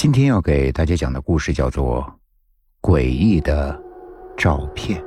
今天要给大家讲的故事叫做《诡异的照片》。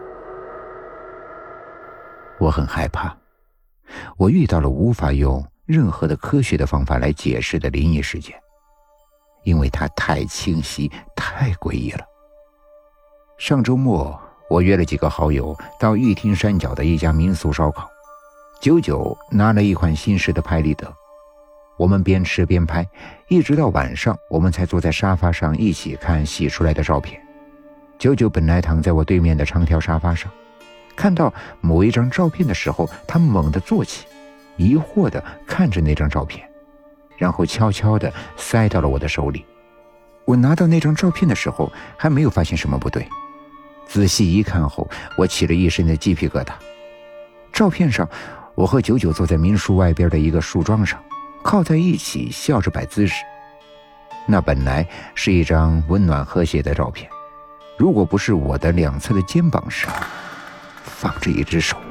我很害怕，我遇到了无法用任何的科学的方法来解释的灵异事件，因为它太清晰，太诡异了。上周末，我约了几个好友到玉亭山脚的一家民俗烧烤，九九拿了一款新式的拍立得，我们边吃边拍，一直到晚上，我们才坐在沙发上一起看洗出来的照片。九九本来躺在我对面的长条沙发上，看到某一张照片的时候，他猛地坐起，疑惑地看着那张照片，然后悄悄地塞到了我的手里。我拿到那张照片的时候，还没有发现什么不对，仔细一看后，我起了一身的鸡皮疙瘩。照片上，我和九九坐在民宿外边的一个树桩上，靠在一起笑着摆姿势。那本来是一张温暖和谐的照片，如果不是我的两侧的肩膀上放着一只手，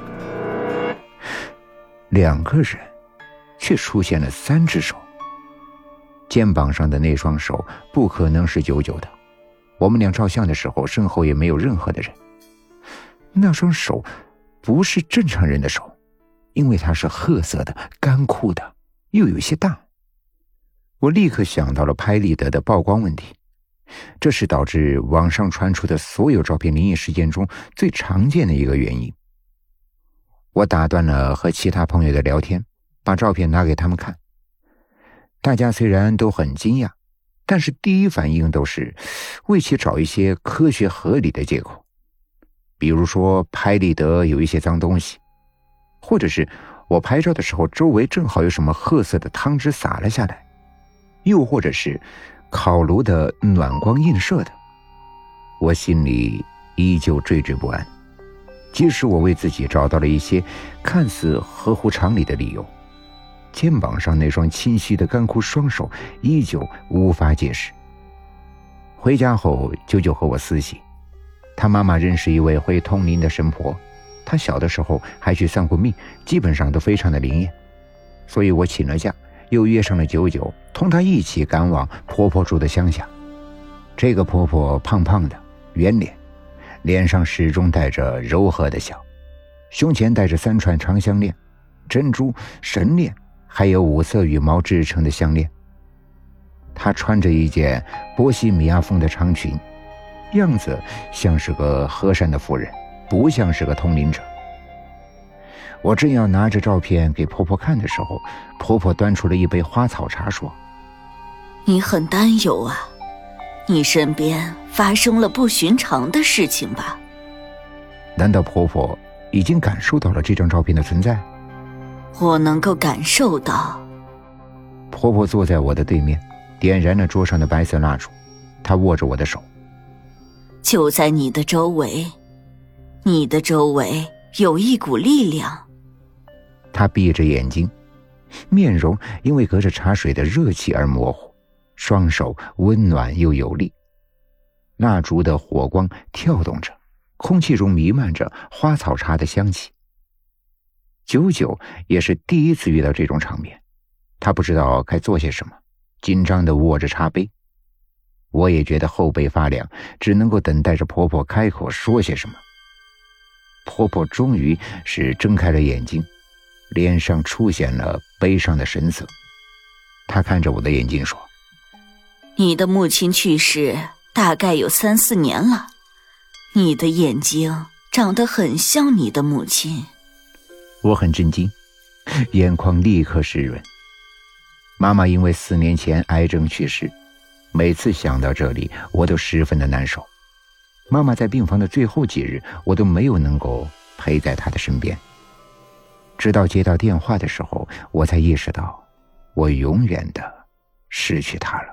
两个人却出现了三只手。肩膀上的那双手不可能是九九的，我们俩照相的时候身后也没有任何的人。那双手不是正常人的手，因为它是褐色的、干枯的，又有些大。我立刻想到了拍立得的曝光问题，这是导致网上传出的所有照片灵异事件中最常见的一个原因。我打断了和其他朋友的聊天，把照片拿给他们看。大家虽然都很惊讶，但是第一反应都是为其找一些科学合理的借口，比如说拍立得有一些脏东西，或者是我拍照的时候周围正好有什么褐色的汤汁洒了下来，又或者是烤炉的暖光映射的。我心里依旧惴惴不安，即使我为自己找到了一些看似合乎常理的理由，肩膀上那双清晰的干枯双手依旧无法解释。回家后，九九和我私信，他妈妈认识一位会通灵的神婆，他小的时候还去算过命，基本上都非常的灵验。所以我请了假，又约上了九九，同他一起赶往婆婆住的乡下。这个婆婆胖胖的，圆脸，脸上始终带着柔和的笑，胸前戴着3串长项链，珍珠、神链，还有5色羽毛制成的项链。她穿着一件波西米亚风的长裙，样子像是个和善的妇人，不像是个通灵者。我正要拿着照片给婆婆看的时候，婆婆端出了一杯花草茶，说：“ 你很担忧啊，你身边发生了不寻常的事情吧？” 难道婆婆已经感受到了这张照片的存在？ 我能够感受到。 婆婆坐在我的对面，点燃了桌上的白色蜡烛，她握着我的手。 就在你的周围，你的周围有一股力量。 她闭着眼睛，面容因为隔着茶水的热气而模糊，双手温暖又有力。蜡烛的火光跳动着，空气中弥漫着花草茶的香气。九九也是第一次遇到这种场面，他不知道该做些什么，紧张地握着茶杯。我也觉得后背发凉，只能够等待着婆婆开口说些什么。婆婆终于是睁开了眼睛，脸上出现了悲伤的神色。她看着我的眼睛说：“ 你的母亲去世大概有3、4年了，你的眼睛长得很像你的母亲。” 我很震惊，眼眶立刻湿润。妈妈因为4年前癌症去世，每次想到这里，我都十分的难受。妈妈在病房的最后几日，我都没有能够陪在她的身边。直到接到电话的时候，我才意识到，我永远的失去她了。